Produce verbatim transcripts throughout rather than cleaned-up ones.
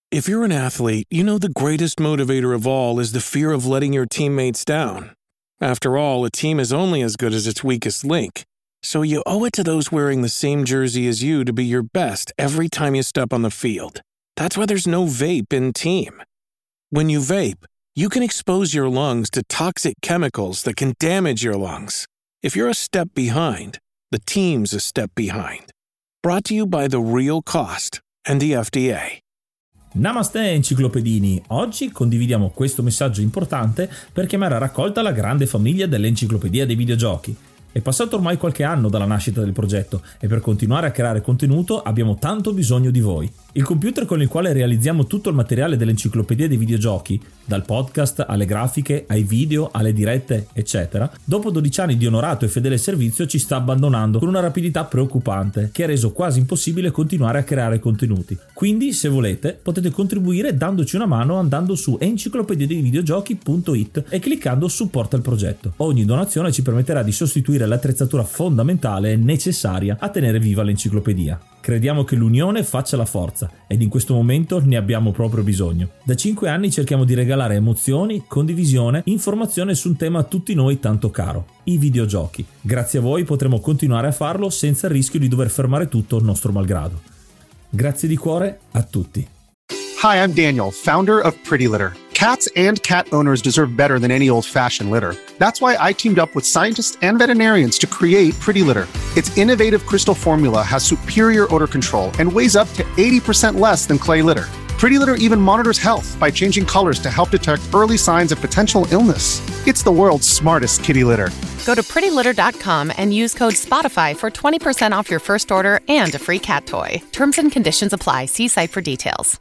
If you're an athlete, you know the greatest motivator of all is the fear of letting your teammates down. After all, a team is only as good as its weakest link. So you owe it to those wearing the same jersey as you to be your best every time you step on the field. That's why there's no vape in team. When you vape, you can expose your lungs to toxic chemicals that can damage your lungs. If you're a step behind, the team's a step behind. Brought to you by The Real Cost and the F D A. Namaste enciclopedini, oggi condividiamo questo messaggio importante per chiamare a raccolta la grande famiglia dell'Enciclopedia dei Videogiochi. È passato ormai qualche anno dalla nascita del progetto e per continuare a creare contenuto abbiamo tanto bisogno di voi. Il computer con il quale realizziamo tutto il materiale dell'Enciclopedia dei Videogiochi, dal podcast alle grafiche, ai video, alle dirette, eccetera, dopo dodici anni di onorato e fedele servizio ci sta abbandonando con una rapidità preoccupante che ha reso quasi impossibile continuare a creare contenuti. Quindi, se volete, potete contribuire dandoci una mano andando su enciclopedia dei videogiochi punto it e cliccando supporta il progetto. Ogni donazione ci permetterà di sostituire l'attrezzatura fondamentale e necessaria a tenere viva l'enciclopedia. Crediamo che l'unione faccia la forza ed in questo momento ne abbiamo proprio bisogno. Da cinque anni cerchiamo di regalare emozioni, condivisione, informazione su un tema a tutti noi tanto caro, i videogiochi. Grazie a voi potremo continuare a farlo senza il rischio di dover fermare tutto nostro malgrado. Grazie di cuore a tutti. Hi, I'm Daniel, founder of Pretty Litter. Cats and cat owners deserve better than any old-fashioned litter. That's why I teamed up with scientists and veterinarians to create Pretty Litter. Its innovative crystal formula has superior odor control and weighs up to eighty percent less than clay litter. Pretty Litter even monitors health by changing colors to help detect early signs of potential illness. It's the world's smartest kitty litter. Go to pretty litter dot com and use code SPOTIFY for twenty percent off your first order and a free cat toy. Terms and conditions apply. See site for details.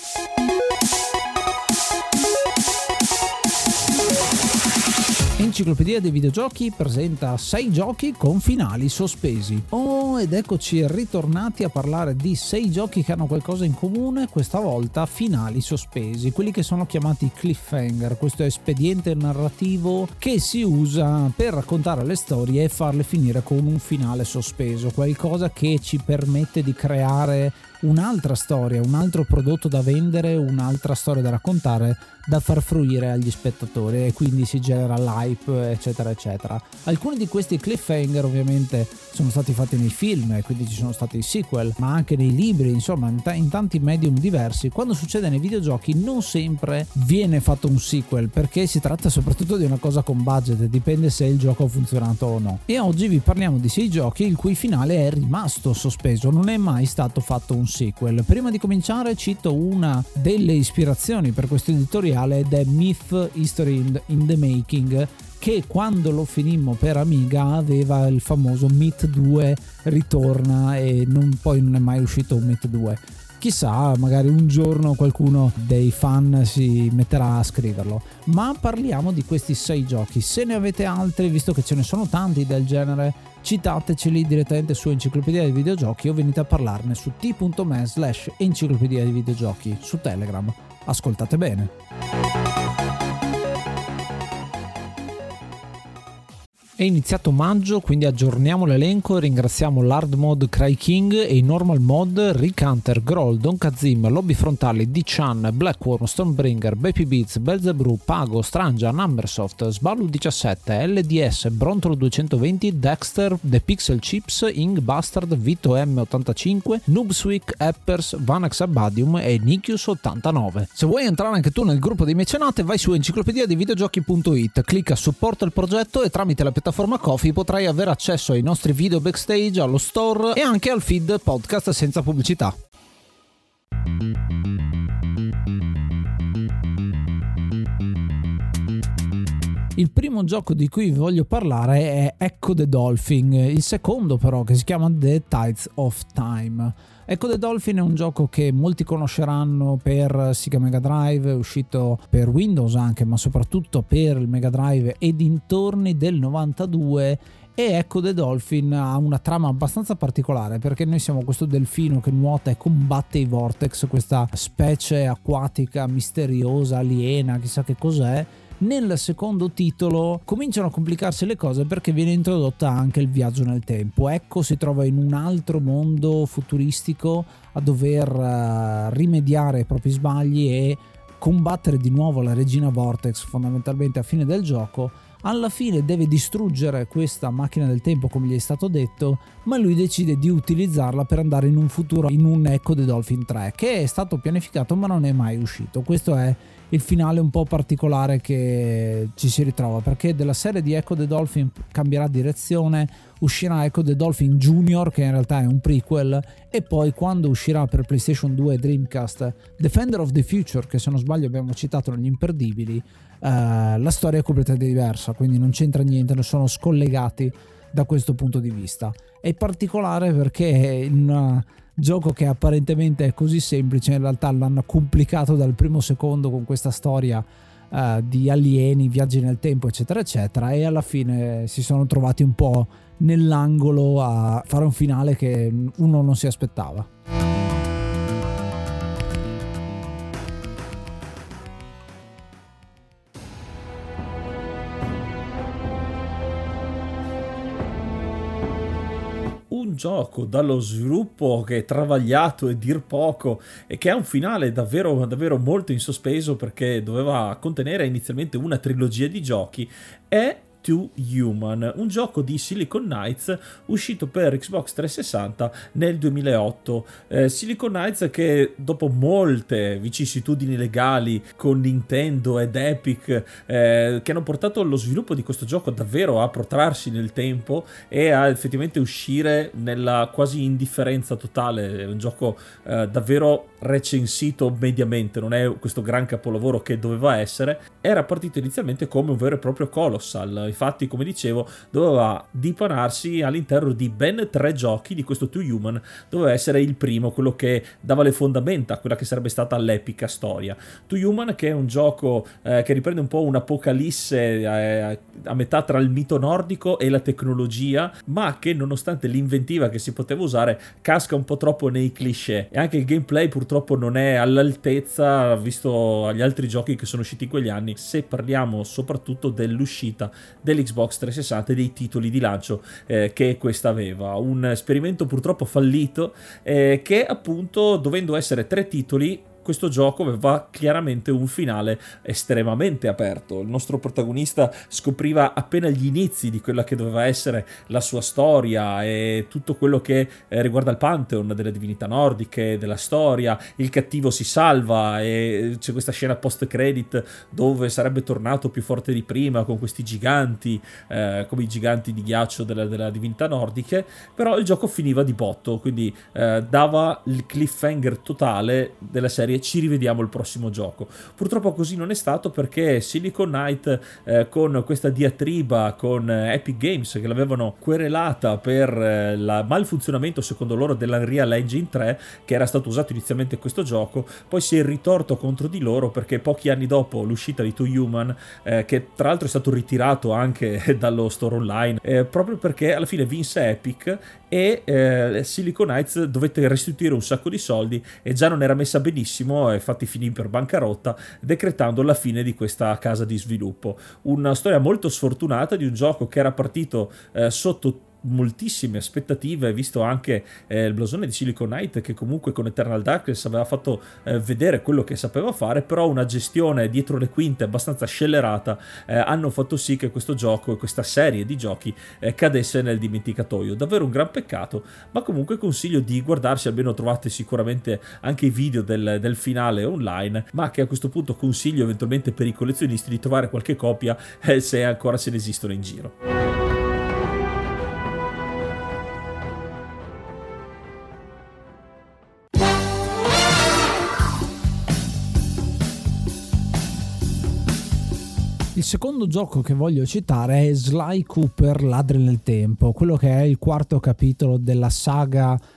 Enciclopedia dei Videogiochi presenta sei giochi con finali sospesi. Oh, ed eccoci ritornati a parlare di sei giochi che hanno qualcosa in comune, questa volta finali sospesi, quelli che sono chiamati cliffhanger, questo espediente narrativo che si usa per raccontare le storie e farle finire con un finale sospeso, qualcosa che ci permette di creare un'altra storia, un altro prodotto da vendere, un'altra storia da raccontare, da far fruire agli spettatori, e quindi si genera l'hype, eccetera eccetera. Alcuni di questi cliffhanger ovviamente sono stati fatti nei film e quindi ci sono stati i sequel, ma anche nei libri, insomma in, t- in tanti medium diversi. Quando succede nei videogiochi non sempre viene fatto un sequel, perché si tratta soprattutto di una cosa con budget, dipende se il gioco ha funzionato o no. E oggi vi parliamo di sei giochi il cui finale è rimasto sospeso, non è mai stato fatto un sequel. Prima di cominciare cito una delle ispirazioni per questo editoriale ed è Myth History in the, in the Making, che quando lo finimmo per Amiga aveva il famoso Myth due ritorna e non, poi non è mai uscito un Myth due. Chissà, magari un giorno qualcuno dei fan si metterà a scriverlo. Ma parliamo di questi sei giochi. Se ne avete altri, visto che ce ne sono tanti del genere, citateceli direttamente su Enciclopedia dei Videogiochi o venite a parlarne su t.me slash enciclopedia dei videogiochi su Telegram. Ascoltate bene. È iniziato maggio, quindi aggiorniamo l'elenco e ringraziamo l'Hard Mod Cry King e i Normal Mod Rick Hunter, Groll, Don Kazim, Lobby Frontali, D-Chan, Blackworm, Stormbringer, Baby Beats, Belzebrew, Pago, Strangia, Numbersoft, Sballu diciassette, L D S, Brontolo duecentoventi, Dexter, The Pixel Chips, Ing Bastard, Vito M ottantacinque, Noobswick, Eppers, Vanax Abadium e Nikius ottantanove. Se vuoi entrare anche tu nel gruppo dei mecenate, vai su enciclopedia dei videogiochi punto it, clicca supporta il progetto e tramite la piattaforma Ko-fi potrai avere accesso ai nostri video backstage, allo store e anche al feed podcast senza pubblicità. Il primo gioco di cui vi voglio parlare è Ecco the Dolphin, il secondo però, che si chiama The Tides of Time. Ecco the Dolphin è un gioco che molti conosceranno per Sega Mega Drive, è uscito per Windows anche, ma soprattutto per il Mega Drive e dintorni del novantadue. E Ecco the Dolphin ha una trama abbastanza particolare, perché noi siamo questo delfino che nuota e combatte i vortex, questa specie acquatica misteriosa, aliena, chissà che cos'è, Nel secondo titolo cominciano a complicarsi le cose perché viene introdotta anche il viaggio nel tempo. Echo si trova in un altro mondo futuristico a dover uh, rimediare ai propri sbagli e combattere di nuovo la regina Vortex fondamentalmente a fine del gioco. Alla fine deve distruggere questa macchina del tempo, come gli è stato detto, ma lui decide di utilizzarla per andare in un futuro in un Echo the Dolphin tre, che è stato pianificato ma non è mai uscito. Questo è il finale un po' particolare che ci si ritrova, perché della serie di Echo the Dolphin cambierà direzione, uscirà Echo the Dolphin Junior, che in realtà è un prequel, e poi quando uscirà per PlayStation due e Dreamcast Defender of the Future, che se non sbaglio abbiamo citato negli imperdibili, Uh, la storia è completamente diversa, quindi non c'entra niente, non sono scollegati da questo punto di vista. È particolare perché in un gioco che apparentemente è così semplice in realtà l'hanno complicato dal primo secondo con questa storia uh, di alieni, viaggi nel tempo eccetera eccetera, e alla fine si sono trovati un po' nell'angolo a fare un finale che uno non si aspettava. Un gioco dallo sviluppo che è travagliato e dir poco e che ha un finale davvero davvero molto in sospeso perché doveva contenere inizialmente una trilogia di giochi è Two Human, un gioco di Silicon Knights uscito per Xbox trecentosessanta nel duemilaotto. eh, Silicon Knights che dopo molte vicissitudini legali con Nintendo ed Epic eh, che hanno portato lo sviluppo di questo gioco davvero a protrarsi nel tempo e a effettivamente uscire nella quasi indifferenza totale. È un gioco eh, davvero recensito mediamente, non è questo gran capolavoro che doveva essere. Era partito inizialmente come un vero e proprio Colossal. Infatti, come dicevo, doveva dipanarsi all'interno di ben tre giochi di questo Two Human. Doveva essere il primo, quello che dava le fondamenta a quella che sarebbe stata l'epica storia. Two Human, che è un gioco eh, che riprende un po' un'apocalisse eh, a metà tra il mito nordico e la tecnologia, ma che nonostante l'inventiva che si poteva usare casca un po' troppo nei cliché, e anche il gameplay purtroppo non è all'altezza visto agli altri giochi che sono usciti in quegli anni, se parliamo soprattutto dell'uscita dell'Xbox trecentosessanta e dei titoli di lancio eh, che questa aveva. Un esperimento purtroppo fallito eh, che appunto, dovendo essere tre titoli, questo gioco aveva chiaramente un finale estremamente aperto. Il nostro protagonista scopriva appena gli inizi di quella che doveva essere la sua storia e tutto quello che eh, riguarda il pantheon delle divinità nordiche, della storia. Il cattivo si salva e c'è questa scena post credit dove sarebbe tornato più forte di prima con questi giganti eh, come i giganti di ghiaccio della, della divinità nordiche. Però il gioco finiva di botto, quindi eh, dava il cliffhanger totale della serie: ci rivediamo il prossimo gioco. Purtroppo così non è stato, perché Silicon Knight eh, con questa diatriba con eh, Epic Games, che l'avevano querelata per eh, il malfunzionamento secondo loro dell'Unreal Engine tre che era stato usato inizialmente in questo gioco, poi si è ritorto contro di loro perché pochi anni dopo l'uscita di Two Human, eh, che tra l'altro è stato ritirato anche dallo store online, eh, proprio perché alla fine vinse Epic e eh, Silicon Knights dovette restituire un sacco di soldi e già non era messa benissimo, e infatti finì per bancarotta, decretando la fine di questa casa di sviluppo. Una storia molto sfortunata di un gioco che era partito eh, sotto moltissime aspettative, visto anche eh, il blasone di Silicon Knight, che comunque con Eternal Darkness aveva fatto eh, vedere quello che sapeva fare, però una gestione dietro le quinte abbastanza scellerata eh, hanno fatto sì che questo gioco e questa serie di giochi eh, cadesse nel dimenticatoio. Davvero un gran peccato, ma comunque consiglio di guardarsi, almeno trovate sicuramente anche i video del, del finale online, ma che a questo punto consiglio eventualmente per i collezionisti di trovare qualche copia eh, se ancora se ne esistono in giro. Il secondo gioco che voglio citare è Sly Cooper Ladri nel tempo, quello che è il quarto capitolo della saga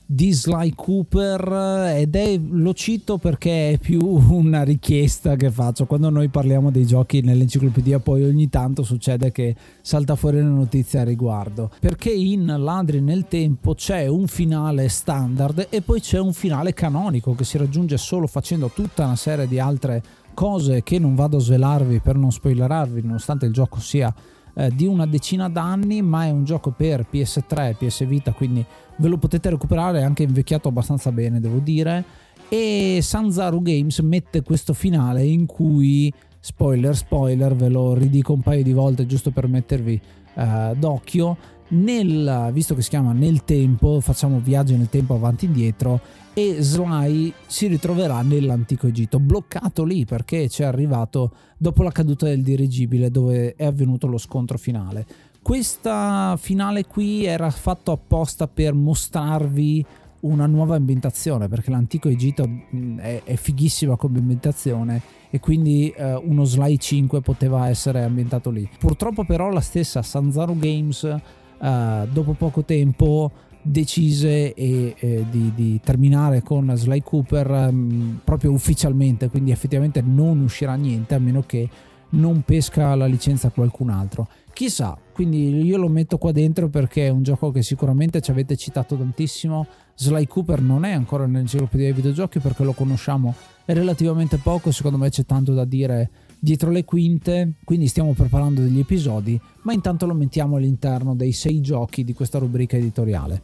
di Sly Cooper, ed è, lo cito perché è più una richiesta che faccio quando noi parliamo dei giochi nell'enciclopedia, poi ogni tanto succede che salta fuori una notizia a riguardo, perché in Ladri nel tempo c'è un finale standard e poi c'è un finale canonico che si raggiunge solo facendo tutta una serie di altre cose che non vado a svelarvi per non spoilerarvi, nonostante il gioco sia eh, di una decina d'anni, ma è un gioco per P S tre, P S Vita, quindi ve lo potete recuperare, anche invecchiato abbastanza bene devo dire. E Sanzaru Games mette questo finale in cui, spoiler spoiler, ve lo ridico un paio di volte giusto per mettervi eh, d'occhio, nel, visto che si chiama Nel tempo, facciamo viaggi nel tempo avanti e indietro, e Sly si ritroverà nell'antico Egitto, bloccato lì perché ci è arrivato dopo la caduta del dirigibile dove è avvenuto lo scontro finale. Questa finale qui era fatto apposta per mostrarvi una nuova ambientazione, perché l'antico Egitto è, è fighissima come ambientazione e quindi eh, uno Sly cinque poteva essere ambientato lì. Purtroppo però la stessa Sanzaru Games eh, dopo poco tempo decise e, eh, di, di terminare con Sly Cooper um, proprio ufficialmente, quindi effettivamente non uscirà niente a meno che non pesca la licenza qualcun altro, chissà. Quindi io lo metto qua dentro perché è un gioco che sicuramente ci avete citato tantissimo. Sly Cooper non è ancora nell'enciclopedia dei videogiochi perché lo conosciamo relativamente poco, secondo me c'è tanto da dire dietro le quinte, quindi stiamo preparando degli episodi, ma intanto lo mettiamo all'interno dei sei giochi di questa rubrica editoriale.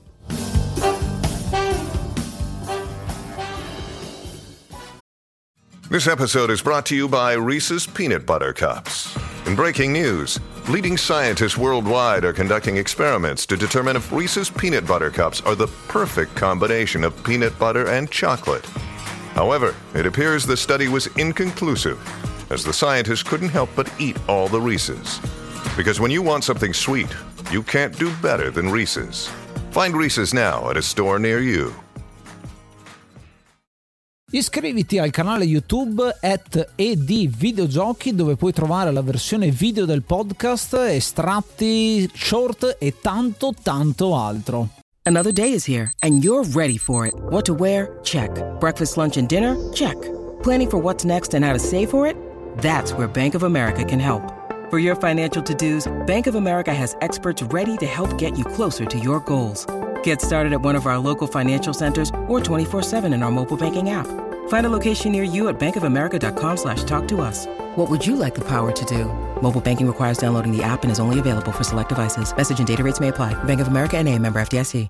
This episode is brought to you by Reese's Peanut Butter Cups. In breaking news, leading scientists worldwide are conducting experiments to determine if Reese's Peanut Butter Cups are the perfect combination of peanut butter and chocolate. However, it appears the study was inconclusive, as the scientists couldn't help but eat all the Reese's. Because when you want something sweet, you can't do better than Reese's. Find Reese's now at a store near you. Iscriviti al canale YouTube at edvideogiochi, dove puoi trovare la versione video del podcast, estratti, short e tanto tanto altro. Another day is here and you're ready for it. What to wear? Check. Breakfast, lunch and dinner? Check. Planning for what's next and how to save for it? That's where Bank of America can help. For your financial to-dos, Bank of America has experts ready to help get you closer to your goals. Get started at one of our local financial centers or twenty-four seven in our mobile banking app. Find a location near you at bankofamerica.com slash talk to us. What would you like the power to do? Mobile banking requires downloading the app and is only available for select devices. Message and data rates may apply. Bank of America N A, member F D I C.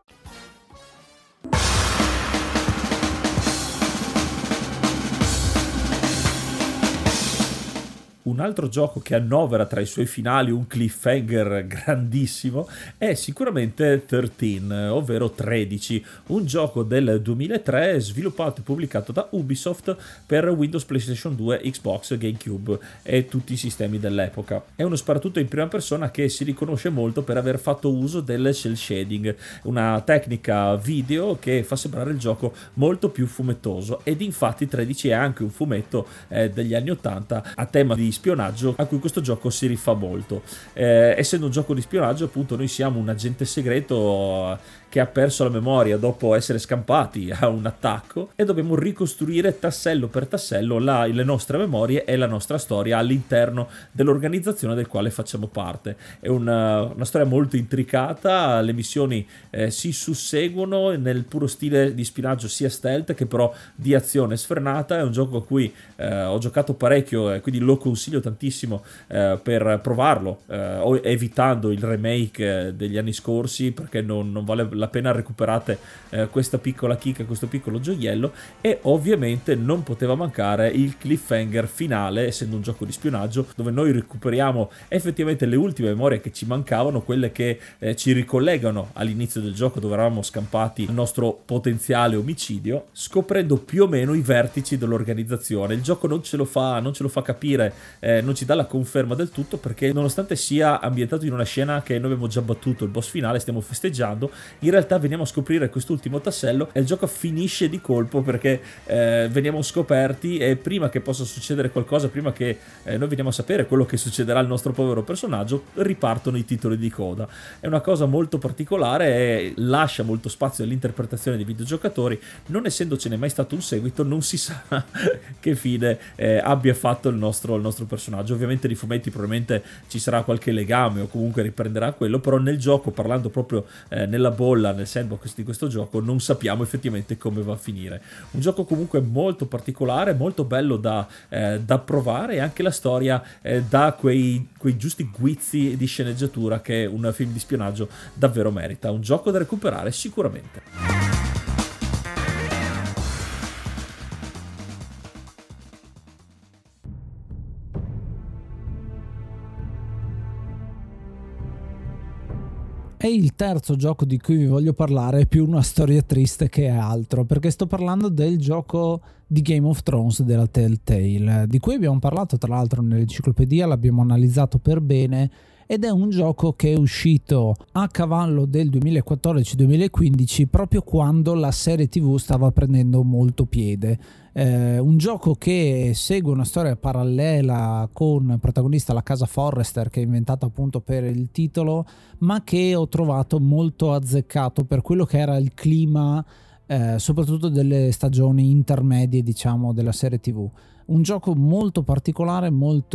Un altro gioco che annovera tra i suoi finali un cliffhanger grandissimo è sicuramente tredici, ovvero tredici, un gioco del duemilatré sviluppato e pubblicato da Ubisoft per Windows, PlayStation due, Xbox, GameCube e tutti i sistemi dell'epoca. È uno sparatutto in prima persona che si riconosce molto per aver fatto uso del cel shading, una tecnica video che fa sembrare il gioco molto più fumettoso, ed infatti tredici è anche un fumetto eh, degli anni ottanta a tema di spionaggio a cui questo gioco si rifà molto. Eh, essendo un gioco di spionaggio, appunto, noi siamo un agente segreto che ha perso la memoria dopo essere scampati a un attacco e dobbiamo ricostruire tassello per tassello la, le nostre memorie e la nostra storia all'interno dell'organizzazione del quale facciamo parte. È una, una storia molto intricata, le missioni eh, si susseguono nel puro stile di spionaggio sia stealth che però di azione sfrenata. È un gioco a cui eh, ho giocato parecchio e quindi lo consiglio tantissimo eh, per provarlo, eh, evitando il remake eh, degli anni scorsi, perché non, non vale la pena recuperate eh, questa piccola chicca, questo piccolo gioiello. E ovviamente non poteva mancare il cliffhanger finale, essendo un gioco di spionaggio dove noi recuperiamo effettivamente le ultime memorie che ci mancavano, quelle che eh, ci ricollegano all'inizio del gioco dove eravamo scampati al nostro potenziale omicidio, scoprendo più o meno i vertici dell'organizzazione. Il gioco non ce lo fa, non ce lo fa capire, eh, non ci dà la conferma del tutto, perché nonostante sia ambientato in una scena che noi abbiamo già battuto il boss finale, stiamo festeggiando, in realtà veniamo a scoprire quest'ultimo tassello e il gioco finisce di colpo perché eh, veniamo scoperti e prima che possa succedere qualcosa, prima che eh, noi veniamo a sapere quello che succederà al nostro povero personaggio, ripartono i titoli di coda. È una cosa molto particolare e lascia molto spazio all'interpretazione dei videogiocatori. Non essendocene mai stato un seguito, non si sa che fine eh, abbia fatto il nostro, il nostro personaggio. Ovviamente nei fumetti probabilmente ci sarà qualche legame o comunque riprenderà quello, però nel gioco, parlando proprio eh, nella bolla, nel sandbox di questo gioco, non sappiamo effettivamente come va a finire. Un gioco comunque molto particolare, molto bello da, eh, da provare, e anche la storia eh, dà quei, quei giusti guizzi di sceneggiatura che un film di spionaggio davvero merita. Un gioco da recuperare sicuramente. E il terzo gioco di cui vi voglio parlare è più una storia triste che altro, perché sto parlando del gioco di Game of Thrones della Telltale, di cui abbiamo parlato tra l'altro nell'enciclopedia, l'abbiamo analizzato per bene, ed è un gioco che è uscito a cavallo del duemilaquattordici duemilaquindici, proprio quando la serie tv stava prendendo molto piede. Eh, un gioco che segue una storia parallela con protagonista la casa Forrester, che è inventata appunto per il titolo, ma che ho trovato molto azzeccato per quello che era il clima, eh, soprattutto delle stagioni intermedie, diciamo, della serie tv. Un gioco molto particolare,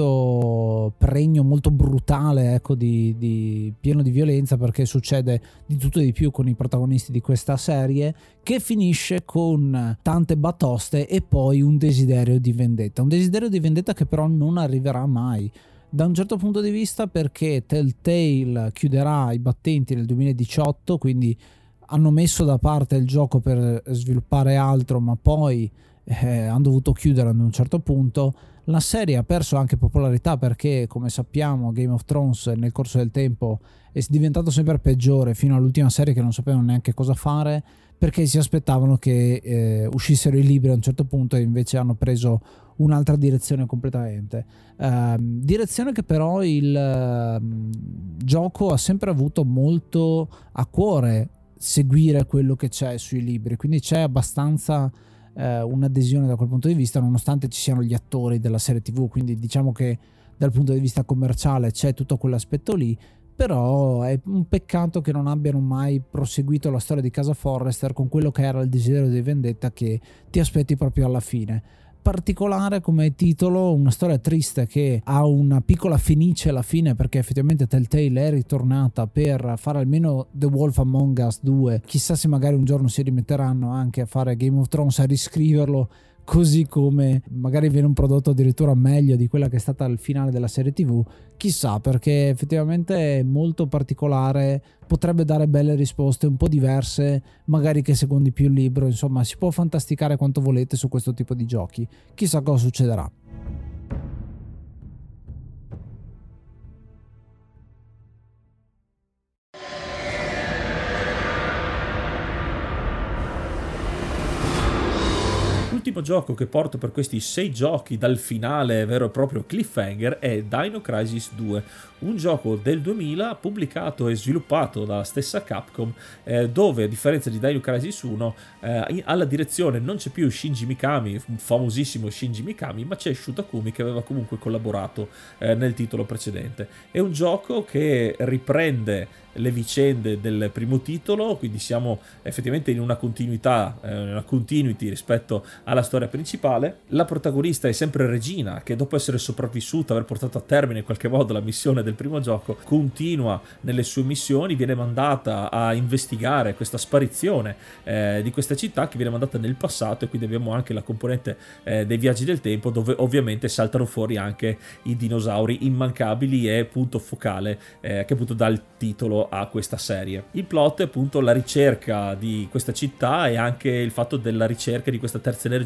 molto pregno, molto brutale, ecco, di, di, pieno di violenza, perché succede di tutto e di più con i protagonisti di questa serie, che finisce con tante batoste e poi un desiderio di vendetta. Un desiderio di vendetta che però non arriverà mai. Da un certo punto di vista, perché Telltale chiuderà i battenti nel duemiladiciotto, quindi hanno messo da parte il gioco per sviluppare altro, ma poi Eh, hanno dovuto chiudere ad un certo punto. La serie ha perso anche popolarità perché, come sappiamo, Game of Thrones nel corso del tempo è diventato sempre peggiore, fino all'ultima serie che non sapevano neanche cosa fare, perché si aspettavano che eh, uscissero i libri a un certo punto e invece hanno preso un'altra direzione completamente. Eh, direzione che però il eh, gioco ha sempre avuto molto a cuore, seguire quello che c'è sui libri, quindi c'è abbastanza Uh, un'adesione da quel punto di vista, nonostante ci siano gli attori della serie tv, quindi diciamo che dal punto di vista commerciale c'è tutto quell'aspetto lì. Però è un peccato che non abbiano mai proseguito la storia di casa Forrester con quello che era il desiderio di vendetta che ti aspetti proprio alla fine. Particolare come titolo, una storia triste che ha una piccola fenice alla fine, perché effettivamente Telltale è ritornata per fare almeno The Wolf Among Us due. Chissà se magari un giorno si rimetteranno anche a fare Game of Thrones, a riscriverlo, così come magari viene un prodotto addirittura meglio di quella che è stata il finale della serie tv. Chissà, perché effettivamente è molto particolare, potrebbe dare belle risposte un po' diverse, magari che secondi più il libro. Insomma, si può fantasticare quanto volete su questo tipo di giochi, chissà cosa succederà. L'ultimo gioco che porto per questi sei giochi dal finale vero e proprio cliffhanger è Dino Crisis due, un gioco del duemila pubblicato e sviluppato dalla stessa Capcom, eh, dove a differenza di Dino Crisis uno eh, alla direzione non c'è più Shinji Mikami, un famosissimo Shinji Mikami, ma c'è Shu Takumi, che aveva comunque collaborato eh, nel titolo precedente. È un gioco che riprende le vicende del primo titolo, quindi siamo effettivamente in una continuità, eh, una continuity rispetto alla storia principale. La protagonista è sempre Regina, che dopo essere sopravvissuta, aver portato a termine in qualche modo la missione del primo gioco, continua nelle sue missioni, viene mandata a investigare questa sparizione eh, di questa città, che viene mandata nel passato, e quindi abbiamo anche la componente eh, dei viaggi del tempo, dove ovviamente saltano fuori anche i dinosauri immancabili e punto focale eh, che appunto dà il titolo a questa serie. Il plot è appunto la ricerca di questa città e anche il fatto della ricerca di questa terza energia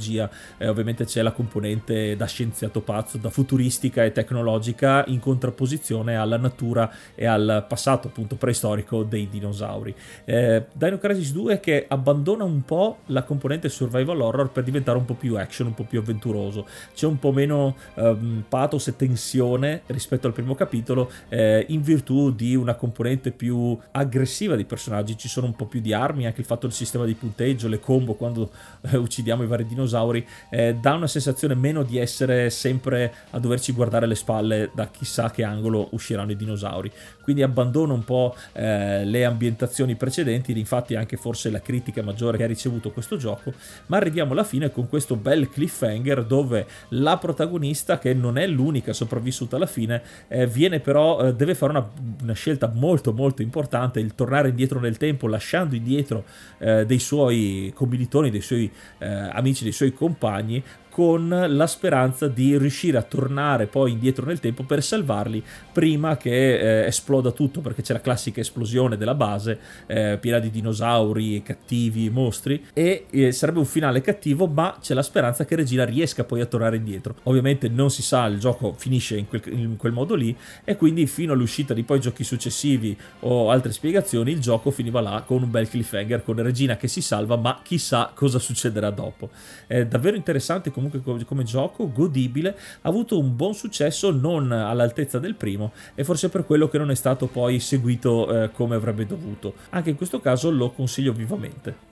regia, eh, ovviamente c'è la componente da scienziato pazzo, da futuristica e tecnologica, in contrapposizione alla natura e al passato appunto preistorico dei dinosauri. eh, Dino Crisis due che abbandona un po' la componente survival horror per diventare un po' più action, un po' più avventuroso, c'è un po' meno ehm, pathos e tensione rispetto al primo capitolo, eh, in virtù di una componente più aggressiva dei personaggi. Ci sono un po' più di armi, anche il fatto del sistema di punteggio, le combo quando eh, uccidiamo i vari dinosauri, eh, dà una sensazione meno di essere sempre a doverci guardare le spalle da chissà che angolo usciranno i dinosauri, quindi abbandono un po' eh, le ambientazioni precedenti, infatti anche forse la critica maggiore che ha ricevuto questo gioco. Ma arriviamo alla fine con questo bel cliffhanger dove la protagonista, che non è l'unica sopravvissuta alla fine, eh, viene però eh, deve fare una, una scelta molto molto importante, il tornare indietro nel tempo, lasciando indietro eh, dei suoi commilitoni, dei suoi eh, amici, dei suoi compagni, con la speranza di riuscire a tornare poi indietro nel tempo per salvarli prima che eh, esploda tutto, perché c'è la classica esplosione della base eh, piena di dinosauri, cattivi, mostri, e eh, sarebbe un finale cattivo, ma c'è la speranza che Regina riesca poi a tornare indietro. Ovviamente non si sa, il gioco finisce in quel, in quel modo lì, e quindi fino all'uscita di poi giochi successivi o altre spiegazioni il gioco finiva là con un bel cliffhanger, con Regina che si salva, ma chissà cosa succederà dopo. È davvero interessante comunque come gioco, godibile, ha avuto un buon successo, non all'altezza del primo, e forse per quello che non è stato poi seguito eh, come avrebbe dovuto. Anche in questo caso lo consiglio vivamente.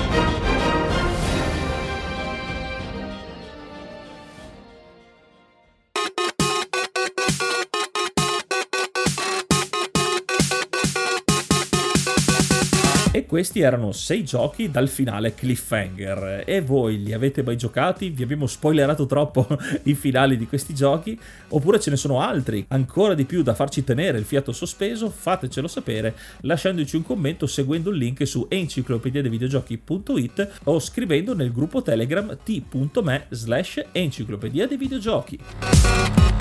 E questi erano sei giochi dal finale cliffhanger. E voi li avete mai giocati? Vi abbiamo spoilerato troppo i finali di questi giochi? Oppure ce ne sono altri ancora di più da farci tenere il fiato sospeso? Fatecelo sapere lasciandoci un commento, seguendo il link su enciclopedia dei videogiochi punto it o scrivendo nel gruppo Telegram t punto me slash enciclopedia dei videogiochi.